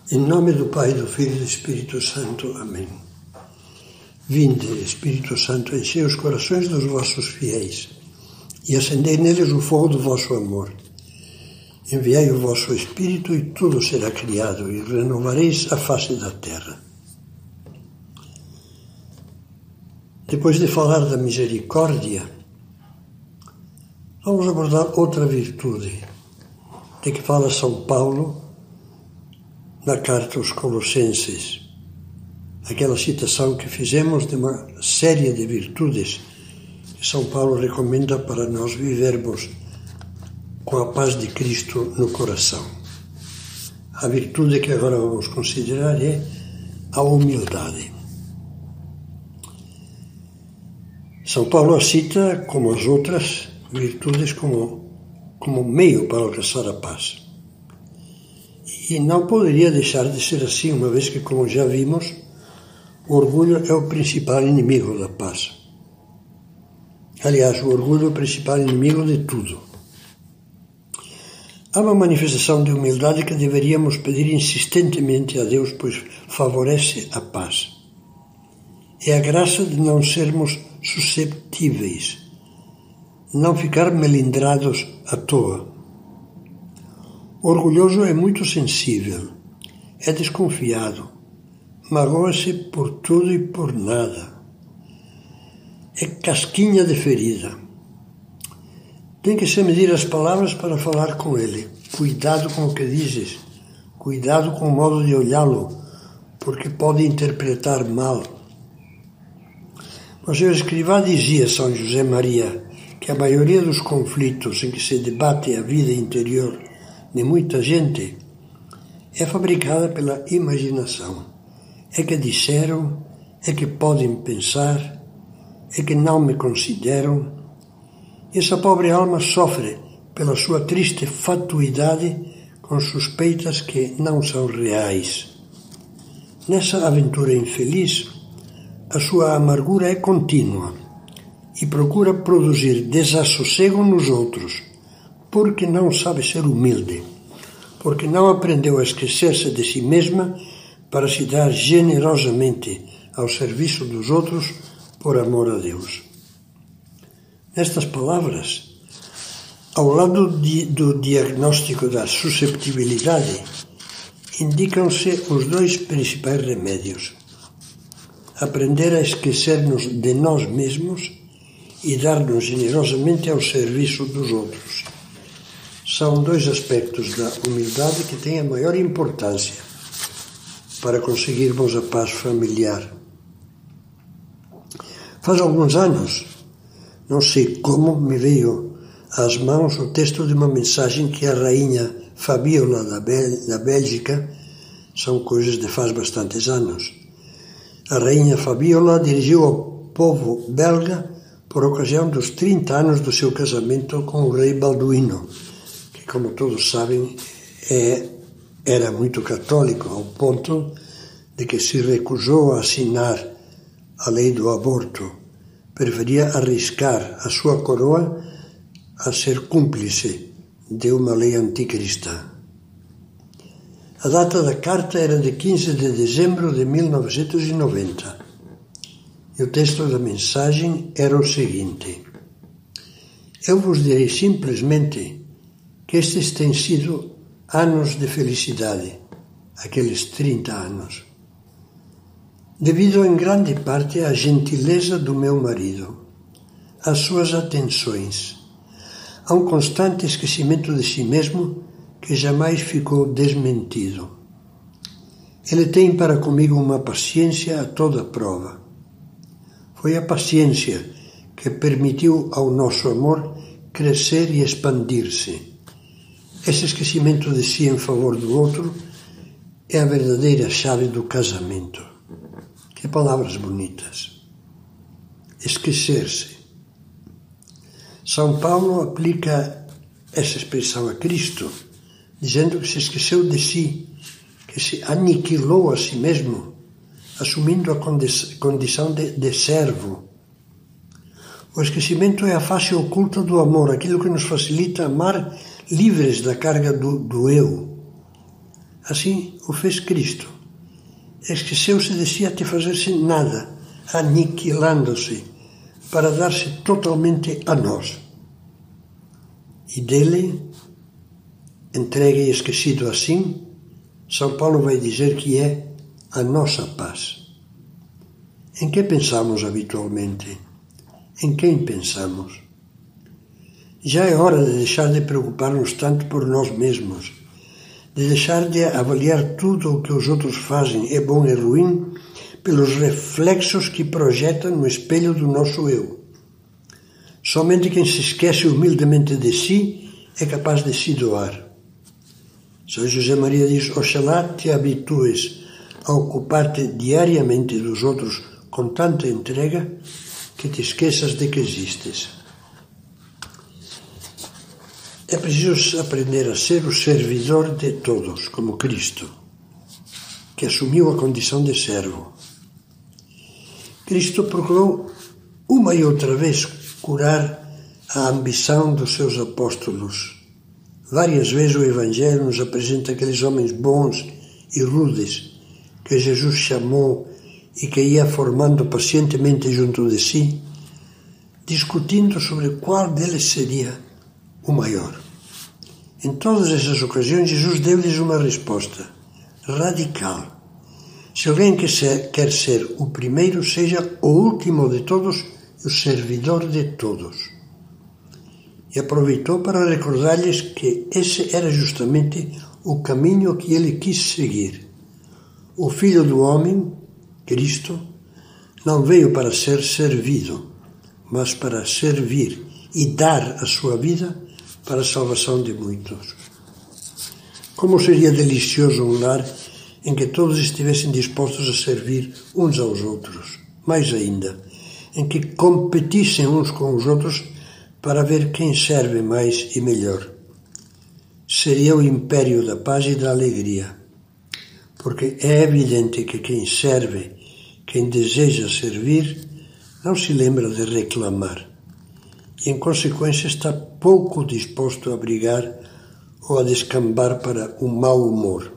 Em nome do Pai, do Filho e do Espírito Santo. Amém. Vinde, Espírito Santo, enchei os corações dos vossos fiéis e acendei neles o fogo do vosso amor. Enviai o vosso Espírito e tudo será criado e renovareis a face da terra. Depois de falar da misericórdia, vamos abordar outra virtude de que fala São Paulo na carta aos Colossenses, aquela citação que fizemos de uma série de virtudes que São Paulo recomenda para nós vivermos com a paz de Cristo no coração. A virtude que agora vamos considerar é a humildade. São Paulo a cita, como as outras virtudes, como meio para alcançar a paz. E não poderia deixar de ser assim, uma vez que, como já vimos, o orgulho é o principal inimigo da paz. Aliás, o orgulho é o principal inimigo de tudo. Há uma manifestação de humildade que deveríamos pedir insistentemente a Deus, pois favorece a paz. É a graça de não sermos susceptíveis, não ficar melindrados à toa. O orgulhoso é muito sensível, é desconfiado, magoa-se por tudo e por nada. É casquinha de ferida. Tem que se medir as palavras para falar com ele. Cuidado com o que dizes, cuidado com o modo de olhá-lo, porque pode interpretar mal. Mas o escrivá dizia, São José Maria, que a maioria dos conflitos em que se debate a vida interior de muita gente é fabricada pela imaginação. É que disseram, é que podem pensar, é que não me consideram. Essa pobre alma sofre pela sua triste fatuidade com suspeitas que não são reais. Nessa aventura infeliz, a sua amargura é contínua e procura produzir desassossego nos outros, porque não sabe ser humilde, porque não aprendeu a esquecer-se de si mesma para se dar generosamente ao serviço dos outros por amor a Deus. Nestas palavras, ao lado do diagnóstico da susceptibilidade, indicam-se os dois principais remédios: aprender a esquecer-nos de nós mesmos e dar-nos generosamente ao serviço dos outros. São dois aspectos da humildade que têm a maior importância para conseguirmos a paz familiar. Faz alguns anos, não sei como, me veio às mãos o texto de uma mensagem que a rainha Fabiola da Bélgica, são coisas de faz bastantes anos. A rainha Fabiola dirigiu ao povo belga por ocasião dos 30 anos do seu casamento com o rei Balduíno, que, como todos sabem, era muito católico, ao ponto de que se recusou a assinar a lei do aborto. Preferia arriscar a sua coroa a ser cúmplice de uma lei anticristã. A data da carta era de 15 de dezembro de 1990. E o texto da mensagem era o seguinte: eu vos direi simplesmente que estes têm sido anos de felicidade, aqueles 30 anos, devido em grande parte à gentileza do meu marido, às suas atenções, a um constante esquecimento de si mesmo que jamais ficou desmentido. Ele tem para comigo uma paciência a toda prova. Foi a paciência que permitiu ao nosso amor crescer e expandir-se. Esse esquecimento de si em favor do outro é a verdadeira chave do casamento. Que palavras bonitas. Esquecer-se. São Paulo aplica essa expressão a Cristo, dizendo que se esqueceu de si, que se aniquilou a si mesmo, assumindo a condição de servo. O esquecimento é a face oculta do amor, aquilo que nos facilita amar livres da carga do eu. Assim o fez Cristo. Esqueceu-se de si até fazer-se nada, aniquilando-se, para dar-se totalmente a nós. E dele, entregue e esquecido assim, São Paulo vai dizer que é a nossa paz. Em que pensamos habitualmente? Em quem pensamos? Já é hora de deixar de preocupar-nos tanto por nós mesmos, de deixar de avaliar tudo o que os outros fazem, é bom e ruim, pelos reflexos que projetam no espelho do nosso eu. Somente quem se esquece humildemente de si é capaz de se doar. São José Maria diz: oxalá te habitues a ocupar-te diariamente dos outros com tanta entrega que te esqueças de que existes. É preciso aprender a ser o servidor de todos, como Cristo, que assumiu a condição de servo. Cristo procurou uma e outra vez curar a ambição dos seus apóstolos. Várias vezes o Evangelho nos apresenta aqueles homens bons e rudes que Jesus chamou e que ia formando pacientemente junto de si, discutindo sobre qual deles seria o maior. Em todas essas ocasiões, Jesus deu-lhes uma resposta radical. Se alguém quer ser o primeiro, seja o último de todos e o servidor de todos. E aproveitou para recordar-lhes que esse era justamente o caminho que ele quis seguir. O Filho do Homem, Cristo, não veio para ser servido, mas para servir e dar a sua vida para a salvação de muitos. Como seria delicioso um lar em que todos estivessem dispostos a servir uns aos outros. Mais ainda, em que competissem uns com os outros para ver quem serve mais e melhor. Seria o império da paz e da alegria, porque é evidente que quem serve, quem deseja servir, não se lembra de reclamar e, em consequência, está pouco disposto a brigar ou a descambar para o mau humor.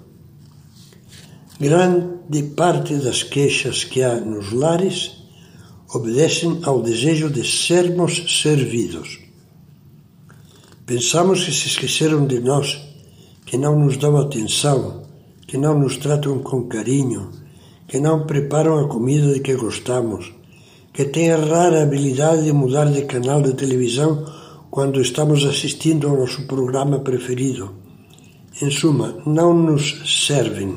Grande parte das queixas que há nos lares obedecem ao desejo de sermos servidos. Pensamos que se esqueceram de nós, que não nos dão atenção, que não nos tratam com carinho, que não preparam a comida de que gostamos, que têm a rara habilidade de mudar de canal de televisão quando estamos assistindo ao nosso programa preferido. Em suma, não nos servem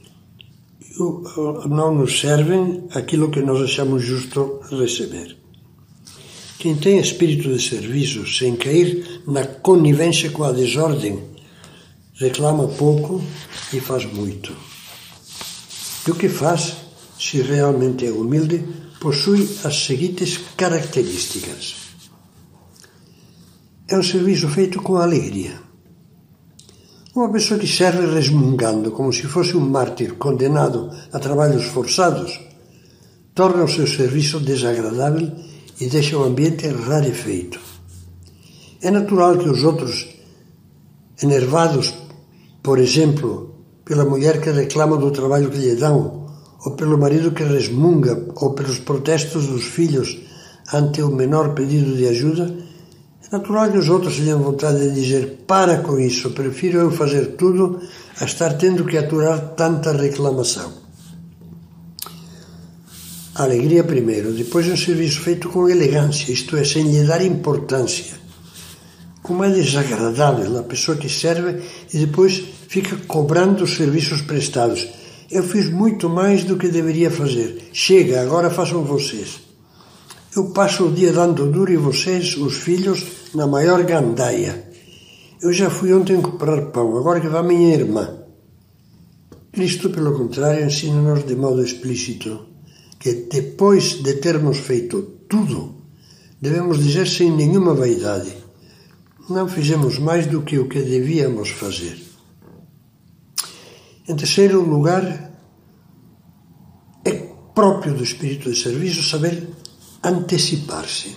aquilo que nós achamos justo receber. Quem tem espírito de serviço, sem cair na conivência com a desordem, reclama pouco e faz muito. E o que faz, se realmente é humilde, possui as seguintes características. É um serviço feito com alegria. Uma pessoa que serve resmungando, como se fosse um mártir condenado a trabalhos forçados, torna o seu serviço desagradável e deixa o ambiente rarefeito. É natural que os outros, enervados, por exemplo, pela mulher que reclama do trabalho que lhe dão, ou pelo marido que resmunga, ou pelos protestos dos filhos ante o menor pedido de ajuda, é natural que os outros tenham vontade de dizer: para com isso, prefiro eu fazer tudo a estar tendo que aturar tanta reclamação. A alegria primeiro, depois um serviço feito com elegância, isto é, sem lhe dar importância. Como é desagradável a pessoa que serve e depois fica cobrando os serviços prestados. Eu fiz muito mais do que deveria fazer. Chega, agora façam vocês. Eu passo o dia dando duro e vocês, os filhos, na maior gandaia. Eu já fui ontem comprar pão, agora que vai minha irmã. Cristo, pelo contrário, ensina-nos de modo explícito que depois de termos feito tudo, devemos dizer sem nenhuma vaidade: não fizemos mais do que o que devíamos fazer. Em terceiro lugar, é próprio do espírito de serviço saber antecipar-se.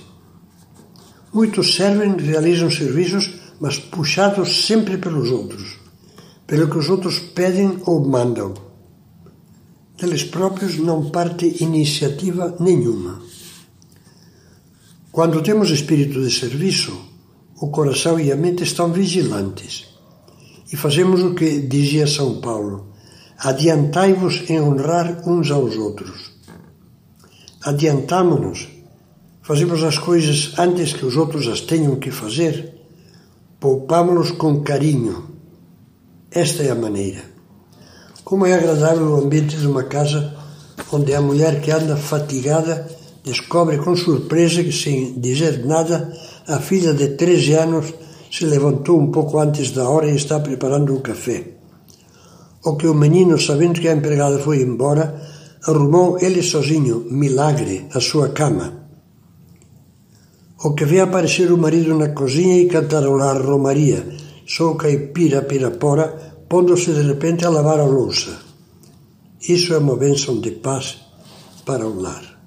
Muitos servem, realizam serviços, mas puxados sempre pelos outros, pelo que os outros pedem ou mandam. Deles próprios não parte iniciativa nenhuma. Quando temos espírito de serviço, o coração e a mente estão vigilantes. E fazemos o que dizia São Paulo: adiantai-vos em honrar uns aos outros. Adiantamo-nos, fazemos as coisas antes que os outros as tenham que fazer, poupámo-los com carinho. Esta é a maneira. Como é agradável o ambiente de uma casa onde a mulher que anda fatigada descobre com surpresa que, sem dizer nada, a filha de 13 anos se levantou um pouco antes da hora e está preparando o café. Ou que o menino, sabendo que a empregada foi embora, arrumou ele sozinho, milagre, a sua cama. Ou que vê aparecer o marido na cozinha e cantarolar Romaria, sou caipira pirapora, pondo-se de repente a lavar a louça. Isso é uma bênção de paz para o lar.